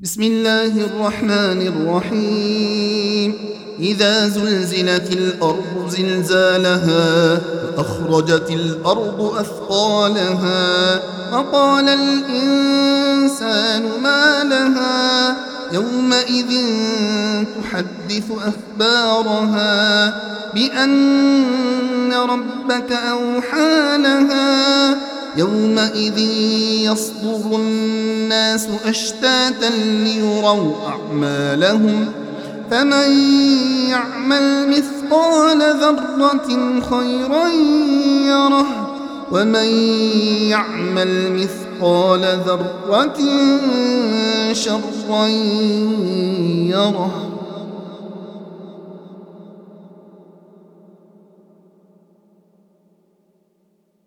بسم الله الرحمن الرحيم. إذا زلزلت الأرض زلزالها وأخرجت الأرض أثقالها وقال الإنسان ما لها يومئذ تحدث أخبارها بأن ربك أوحى لها يومئذ يصدر الناس أشتاتا ليروا أعمالهم فمن يعمل مثقال ذرة خيرا يره ومن يعمل مثقال ذرة شرا يره.